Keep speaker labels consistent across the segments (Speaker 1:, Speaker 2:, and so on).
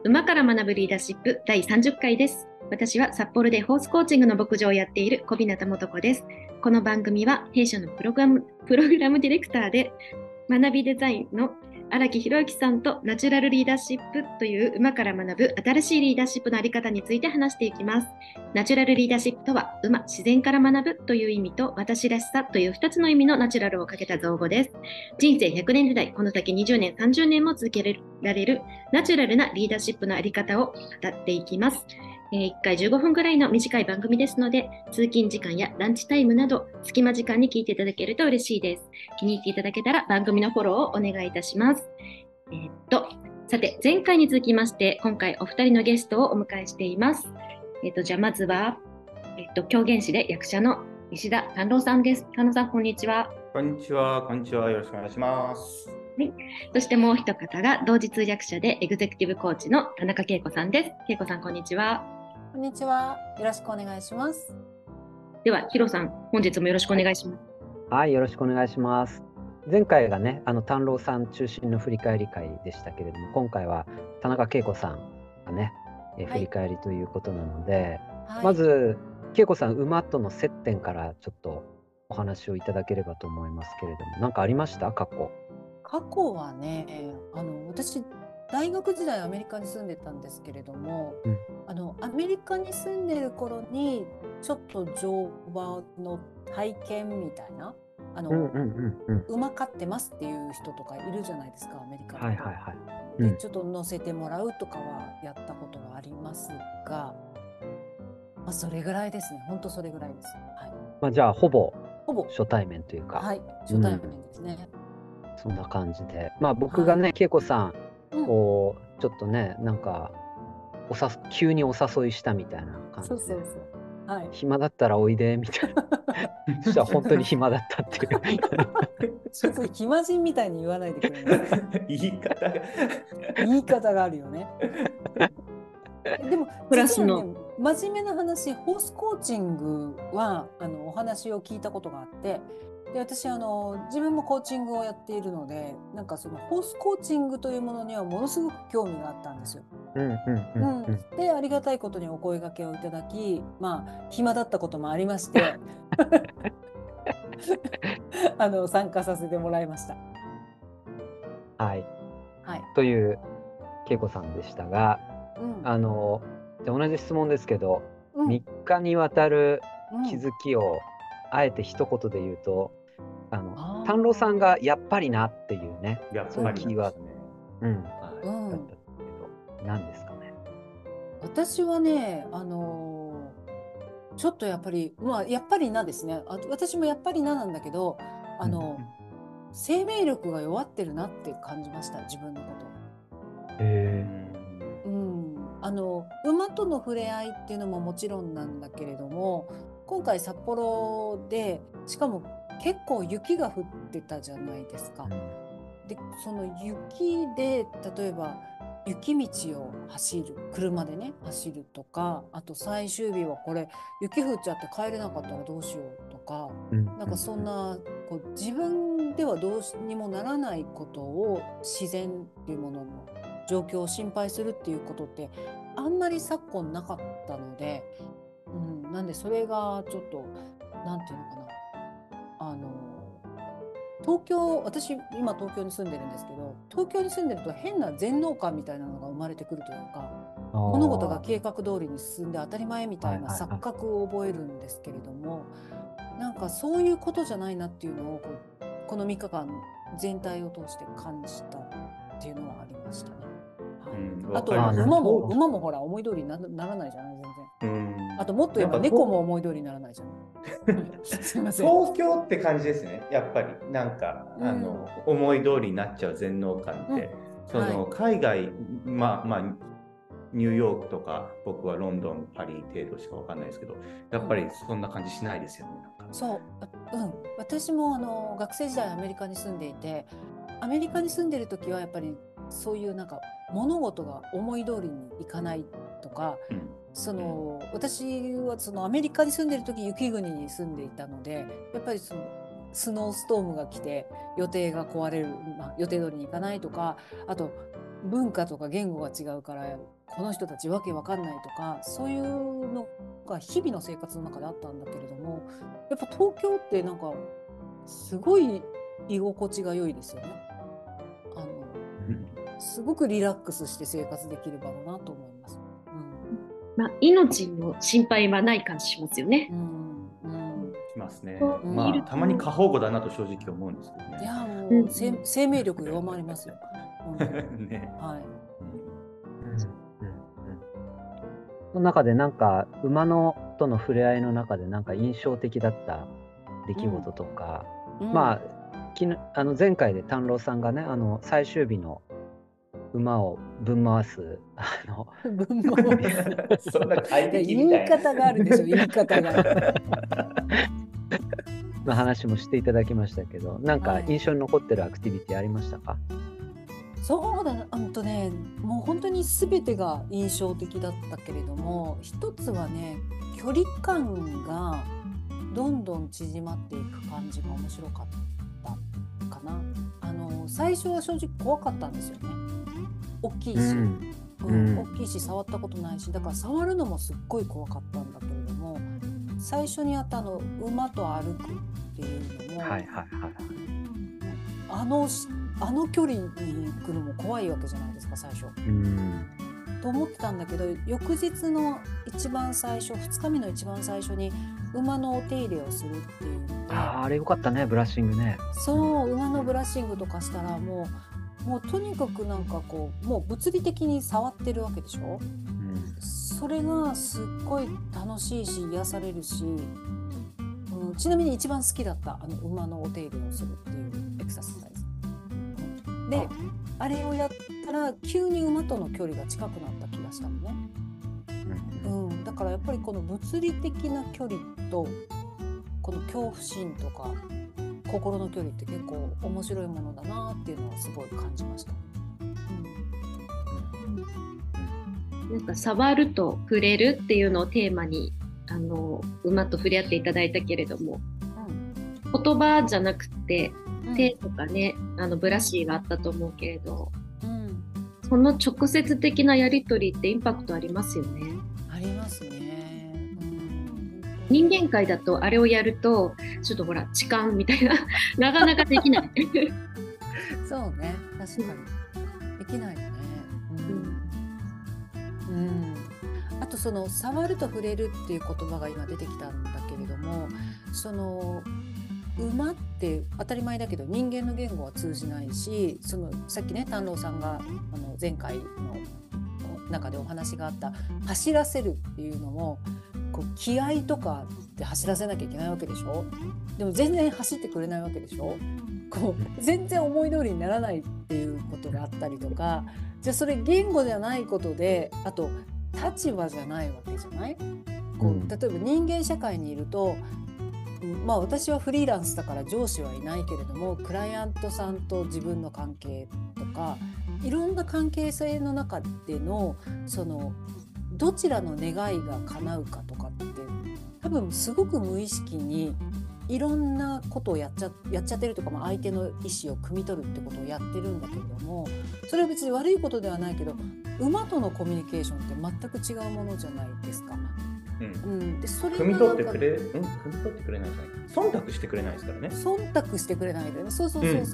Speaker 1: 馬から学ぶリーダーシップ第30回です。私は札幌でホースコーチングの牧場をやっている小日向素子です。この番組は弊社のプログラムディレクターで学びデザインの荒木宏之さんとナチュラルリーダーシップという馬から学ぶ新しいリーダーシップのあり方について話していきます。ナチュラルリーダーシップとは馬、自然から学ぶという意味と私らしさという2つの意味のナチュラルをかけた造語です。人生100年時代、この先20年、30年も続けられるナチュラルなリーダーシップのあり方を語っていきます。1回15分ぐらいの短い番組ですので、通勤時間やランチタイムなど隙間時間に聞いていただけると嬉しいです。気に入っていただけたら番組のフォローをお願いいたします。さて、前回に続きまして、今回お二人のゲストをお迎えしています。じゃあまずは、狂言師で役者の石田丹郎さんです。丹郎さん、こんにちは。
Speaker 2: こんにちは、こんにちは。よろしくお願いします。
Speaker 1: はい。そしてもう一方が同時通訳者でエグゼクティブコーチの田中恵子さんです。恵子さん、こんにちは。
Speaker 3: こんにちは。よろしくお願いします。
Speaker 1: では、ヒロさん、本日もよろしくお願いします。
Speaker 4: はい、よろしくお願いします。前回がね、丹郎さん中心の振り返り会でしたけれども、今回は田中恵子さんがね、振り返りということなので、まず恵子さん、馬との接点からちょっとお話をいただければと思いますけれども、何かありました？過
Speaker 3: 去はね、私大学時代アメリカに住んでたんですけれども、アメリカに住んでる頃にちょっと乗馬の体験みたいな、馬飼ってますっていう人とかいるじゃないですか、アメリカで。でちょっと乗せてもらうとかはやったことがありますが、それぐらいですね。本当それぐらいです。
Speaker 4: はい。じゃあほぼ初対面というか。
Speaker 3: はい、初対面ですね。
Speaker 4: そんな感じで、僕がね、恵子さんをちょっとね、なんか急にお誘いしたみたいな感じで、
Speaker 3: はい、
Speaker 4: 暇だったらおいでみたいなそしたら本当に暇だったっていう
Speaker 3: ちょっと暇人みたいに言わないでくれます
Speaker 2: 言
Speaker 3: い方があるよねでも実はね、真面目な話、ホースコーチングはお話を聞いたことがあって、で私自分もコーチングをやっているので、なんかそのホースコーチングというものにはものすごく興味があったんですよ。でありがたいことにお声掛けをいただき、暇だったこともありまして参加させてもらいました。
Speaker 4: はい、という恵子さんでしたが、じゃあ同じ質問ですけど、3日にわたる気づきをあえて一言で言うと、丹郎さんがやっぱりなっていうね、そういうキーワードだったんですけど、何ですかね。
Speaker 3: 私はね、ちょっとやっぱりやっぱりなですね。私もやっぱりななんだけど、生命力が弱ってるなって感じました、自分のこと。馬との触れ合いっていうのももちろんなんだけれども、今回札幌でしかも結構雪が降ってたじゃないですか。でその雪で例えば雪道を走る、車でね走るとか、あと最終日はこれ雪降っちゃって帰れなかったらどうしようとか、なんかそんな自分ではどうにもならないことを、自然っていうものの状況を心配するっていうことってあんまり昨今なかったので、なんでそれがちょっとなんていうのかな、私今東京に住んでるんですけど、東京に住んでると変な全能感みたいなのが生まれてくるというか、物事が計画通りに進んで当たり前みたいな錯覚を覚えるんですけれども、なんかそういうことじゃないなっていうのをこの3日間全体を通して感じたっていうのはありましたね。あと馬もほら思い通りにならないじゃない、全然。あともっと言えば猫も思い通りにならないじゃないすいません。
Speaker 2: 東京って感じですね、やっぱり。なんか思い通りになっちゃう全能感って、海外、ニューヨークとか、僕はロンドン、パリ程度しか分かんないですけど、やっぱりそんな感じしないですよね。
Speaker 3: そう、私も学生時代アメリカに住んでいて、アメリカに住んでる時はやっぱりそういうなんか物事が思い通りにいかないとか、私はそのアメリカに住んでる時雪国に住んでいたので、やっぱりそのスノーストームが来て予定が壊れる、予定通りにいかないとか、あと文化とか言語が違うからこの人たちわけわかんないとか、そういうのが日々の生活の中であったんだけれども、やっぱ東京ってなんかすごい居心地が良いですよね。すごくリラックスして生活できる場だなと思います。
Speaker 1: 命の心配はない感じしますよね。
Speaker 2: しますね。たまに過保護だなと正直思うんですけどね。
Speaker 3: いやもう、生命力弱まりますよ。
Speaker 4: ね、はい。その中でなんか馬との触れ合いの中でなんか印象的だった出来事とか、前回で丹郎さんがね、最終日の馬をぶん回す
Speaker 3: ぶん回す
Speaker 2: そんな快適
Speaker 3: みたいな言い方があるでしょ、言い方が
Speaker 4: の話もしていただきましたけど、なんか印象に残ってるアクティビティありましたか？
Speaker 3: そうだね、もう本当に全てが印象的だったけれども、一つはね、距離感がどんどん縮まっていく感じが面白かったかな。最初は正直怖かったんですよね。大きいし、大きいし触ったことないし、だから触るのもすっごい怖かったんだけれども、最初にやった馬と歩くっていうのも、あの距離に行くのも怖いわけじゃないですか最初。と思ってたんだけど、翌日の一番最初、2日目の一番最初に馬のお手入れをするっていうので、
Speaker 4: あれよかったね、ブラッシングね。
Speaker 3: そう、馬のブラッシングとかしたらもうとにかくなんかこう、もう物理的に触ってるわけでしょ。それがすっごい楽しいし癒されるし、ちなみに一番好きだった馬のお手入れをするっていうエクササイズで、あれをやったら急に馬との距離が近くなった気がしたのね。だからやっぱりこの物理的な距離とこの恐怖心とか心の距離って結構面白いものだなっていうのはすごい感じました。
Speaker 1: なんか触ると触れるっていうのをテーマに馬と触れ合っていただいたけれども、言葉じゃなくて手とかね、ブラシがあったと思うけれど、その直接的なやり取りってインパクトありますよね。
Speaker 3: ありますね。
Speaker 1: 人間界だとあれをやるとちょっとほら痴漢みたいななかなかできない
Speaker 3: そうね、確かにできないよね。あとその触ると触れるっていう言葉が今出てきたんだけれども、その馬って当たり前だけど人間の言語は通じないし、さっきね丹郎さんが前回の中でお話があった走らせるっていうのもこう気合とかで走らせなきゃいけないわけでしょ。でも全然走ってくれないわけでしょ。こう全然思い通りにならないっていうことがあったりとか、じゃあそれ言語じゃないことで、あと立場じゃないわけじゃない。こう例えば人間社会にいると、私はフリーランスだから上司はいないけれども、クライアントさんと自分の関係とかいろんな関係性の中でのどちらの願いが叶うかとかって多分すごく無意識にいろんなことをやっちゃってるとか、相手の意思を汲み取るってことをやってるんだけれども、それは別に悪いことではないけど、馬とのコミュニケーションって全く違うものじゃないですか。
Speaker 2: でそれが汲み取ってくれないじゃない、忖度してくれないですからね。
Speaker 3: 忖度してくれないでね。そう、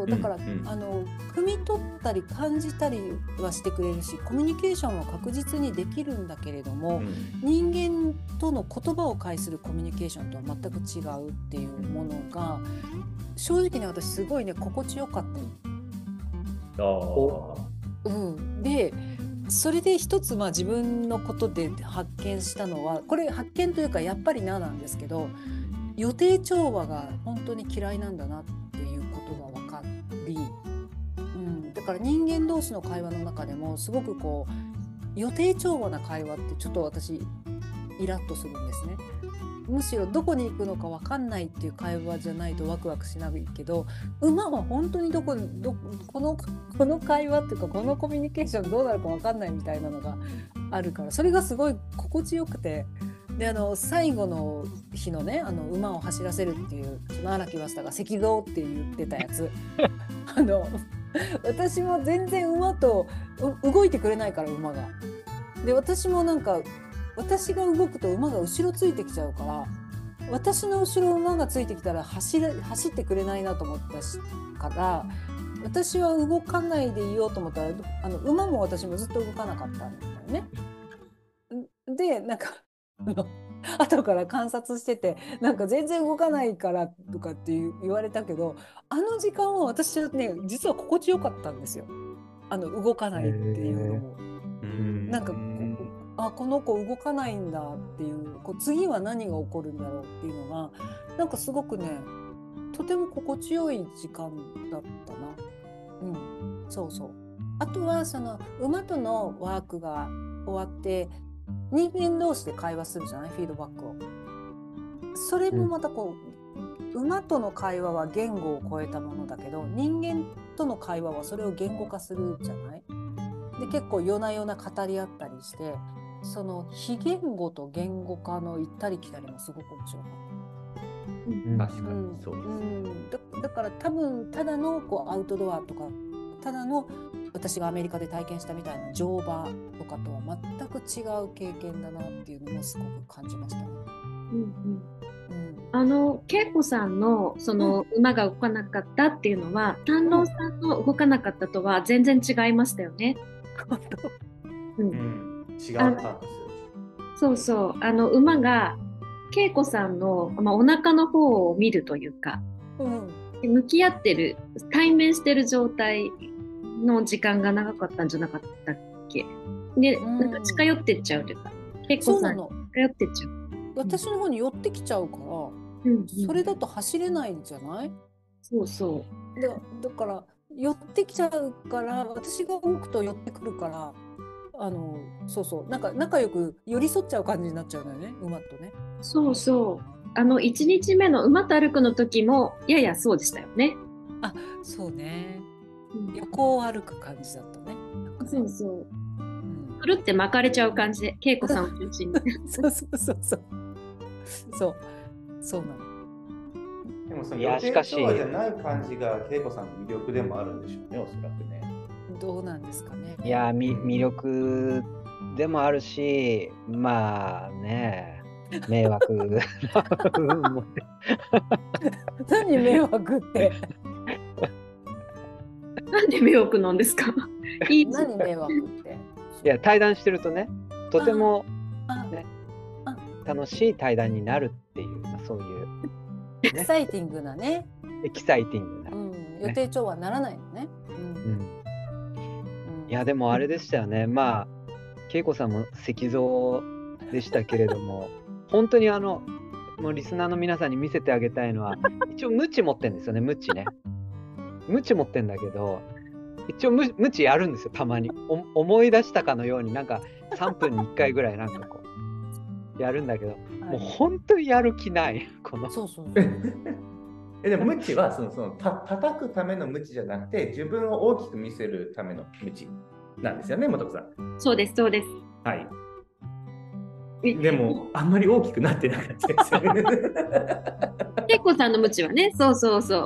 Speaker 3: だから、汲み取ったり感じたりはしてくれるし、コミュニケーションは確実にできるんだけれども、人間との言葉を介するコミュニケーションとは全く違うっていうものが正直ね、私すごいね心地よかったの。でそれで一つ自分のことで発見したのは、これ発見というかやっぱりなんですけど、予定調和が本当に嫌いなんだなっていうことが分かり、だから人間同士の会話の中でもすごくこう予定調和な会話ってちょっと私イラッとするんですね。むしろどこに行くのか分かんないっていう会話じゃないとワクワクしないけど、馬は本当にこの会話っていうかこのコミュニケーションどうなるか分かんないみたいなのがあるから、それがすごい心地よくて、 で最後の日のね馬を走らせるっていうその荒木マスターが石像って言ってたやつ私も全然馬と動いてくれないから馬が。で私もなんか私が動くと馬が後ろついてきちゃうから私の後ろ馬がついてきたら走ってくれないなと思ったから私は動かないでいようと思ったら馬も私もずっと動かなかったんだよね。でなんか後から観察しててなんか全然動かないからとかって言われたけどあの時間は私はね実は心地よかったんですよ。動かないっていうのも。なんかこの子動かないんだっていう次は何が起こるんだろうっていうのがなんかすごくねとても心地よい時間だったな。そうそう。あとはその馬とのワークが終わって人間同士で会話するじゃないフィードバックを。それもまた馬との会話は言語を超えたものだけど人間との会話はそれを言語化するじゃない。で結構夜な夜な語り合ったりしてその非言語と言語化の行ったり来たりもすごく面白かった。
Speaker 2: 確かにそうです。
Speaker 3: だから多分ただのアウトドアとかただの私がアメリカで体験したみたいな乗馬とかとは全く違う経験だなっていうのもすごく感じましたね。
Speaker 1: 恵子さんのその馬が動かなかったっていうのは丹郎さんの動かなかったとは全然違いましたよね。
Speaker 2: 違ったんですよ。
Speaker 1: そうそう馬が恵子さんの、お腹の方を見るというか、向き合ってる対面してる状態の時間が長かったんじゃなかったっけ。で、なんか近寄ってっちゃうというか恵子さんに近寄ってっちゃう。
Speaker 3: 私の方に寄ってきちゃうから、それだと走れないんじゃない？
Speaker 1: そうそう
Speaker 3: だから寄ってきちゃうから私が動くと寄ってくるからそうそうなんか仲良く寄り添っちゃう感じになっちゃうんだよね馬とね。
Speaker 1: そうそう1日目の馬と歩くの時もややそうでしたよね。
Speaker 3: そうね、横を歩く感じだったね。
Speaker 1: そうそう、くるって巻かれちゃう感じで恵子さんを中心にそうなの。
Speaker 2: でもその予定調和じゃない感じが恵子さんの魅力でもあるんでしょうね、おそらくね。
Speaker 3: どうなんですかね。
Speaker 4: いや魅力でもあるしまあね迷惑
Speaker 3: 何迷惑って
Speaker 1: なんで迷惑なんですか
Speaker 3: 何迷惑って
Speaker 4: いや対談してるとねとても、ね、楽しい対談になるっていう、そういう、
Speaker 3: エキサイティングなね。
Speaker 4: エキサイティングな、
Speaker 3: 予定調和ならないのね。
Speaker 4: いやでもあれでしたよね。恵子さんも石像でしたけれども本当にもうリスナーの皆さんに見せてあげたいのは一応ムチ持ってんですよね。ムチ持ってんだけど一応ムチやるんですよたまに。思い出したかのようになんか3分に1回ぐらいなんかこうやるんだけど、もう本当にやる気ないこの。
Speaker 3: そう
Speaker 2: でもムチはその叩くためのムチじゃなくて自分を大きく見せるためのムチなんですよね、元子さん。
Speaker 1: そうですそうです。
Speaker 2: はい。でもあんまり大きくなってなかったですよね。
Speaker 1: 恵子さんのムチはね、そう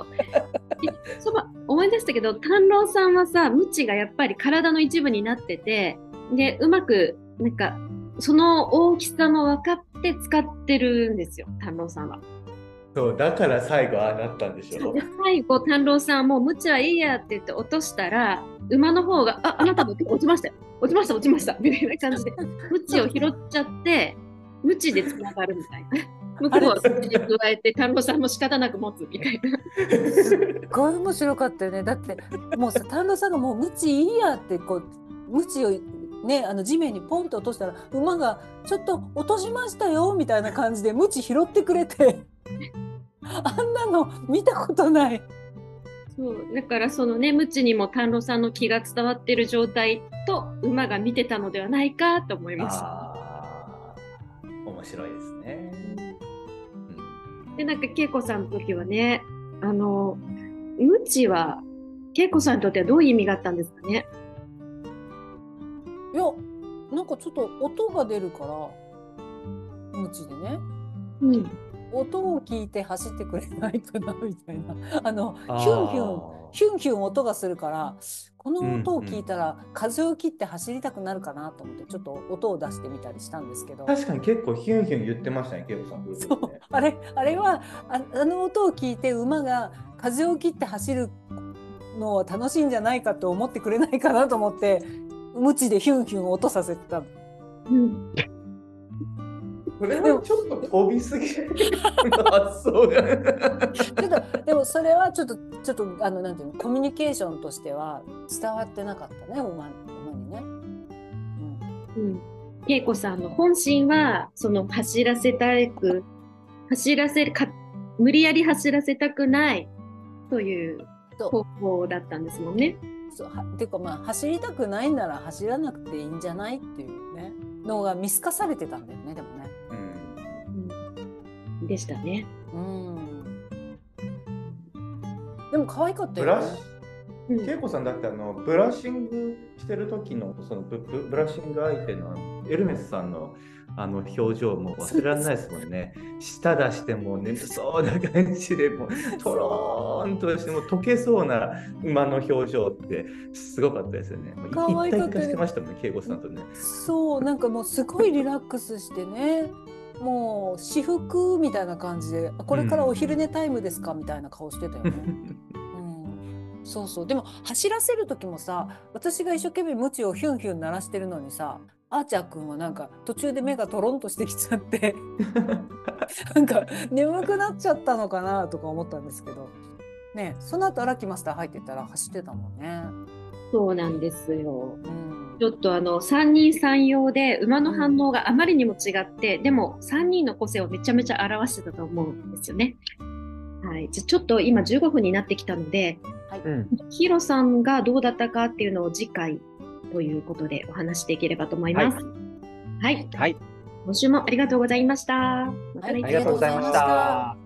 Speaker 1: 思い出したけど丹郎さんはさムチがやっぱり体の一部になっててでうまくなんかその大きさも分かって使ってるんですよ丹郎さんは。
Speaker 2: そうだから最後ああなったんでしょ。
Speaker 1: 最後丹郎さんもうムチはいいやって言って落としたら馬の方があなたも落ちましたよ落ちましたみたいな感じでムチを拾っちゃってムチでつながるみたいな。向こうはムチに加えて丹郎さんも仕方なく持つみたいな。
Speaker 3: すっごい面白かったよね。だってもうさ丹郎さんがもうムチいいやってムチをね地面にポンと落としたら馬がちょっと落としましたよみたいな感じでムチ拾ってくれてあんなの見たことない。
Speaker 1: そうだからそのねムチにも丹郎さんの気が伝わってる状態と馬が見てたのではないかと思いました。
Speaker 2: 面白いですね。
Speaker 1: でなんか恵子さんの時はねムチは恵子さんにとってはどういう意味があったんですかね。
Speaker 3: いやなんかちょっと音が出るから無知でね。
Speaker 1: うん。
Speaker 3: 音を聞いて走ってくれないかなみたいなヒュンヒュンヒュンヒュン音がするから、この音を聞いたら風を切って走りたくなるかなと思ってちょっと音を出してみたりしたんですけど、
Speaker 2: 確かに結構ヒュンヒュン言ってましたね、ケイコさん。
Speaker 3: そう、あれはあの音を聞いて馬が風を切って走るのは楽しいんじゃないかと思ってくれないかなと思って無知でヒュンヒュン音させてた。
Speaker 1: うん。
Speaker 2: それはちょっと飛びすぎる発想が
Speaker 3: でもそれはちょっとなんていうの、コミュニケーションとしては伝わってなかったね、馬にね。
Speaker 1: 恵子さんの本心はその無理やり走らせたくないという方法だったんですもんね。
Speaker 3: っていうか走りたくないなら走らなくていいんじゃないっていうねのが見透かされてたんだよね、でもね。
Speaker 1: でしたね。
Speaker 3: でも可愛かったよね。
Speaker 2: 恵子さんだってブラッシングしてる時のそのブラッシング相手のエルメスさんの表情も忘れられないですもんね。舌出しても眠そうな感じでもうとろーんとしても溶けそうな馬の表情ってすごかったですよね。
Speaker 3: 可愛かった。
Speaker 2: 一体化してましたもんね、恵子さんとね。
Speaker 3: そう、なんかもうすごいリラックスしてね。もう私服みたいな感じで、これからお昼寝タイムですかみたいな顔してたよね。そうそう。でも走らせる時もさ、私が一生懸命ムチをヒュンヒュン鳴らしてるのにさ、アーチャー君はなんか途中で目がトロンとしてきちゃってなんか眠くなっちゃったのかなとか思ったんですけどね。その後荒木マスター入ってたら走ってたもんね。
Speaker 1: そうなんですよ。ちょっと三人三様で馬の反応があまりにも違って、でも3人の個性をめちゃめちゃ表してたと思うんですよね。はい、じゃちょっと今15分になってきたので、ヒロさんがどうだったかっていうのを次回ということでお話しできればと思います。はい。今週もありがとうございました。
Speaker 4: ありがとうございました。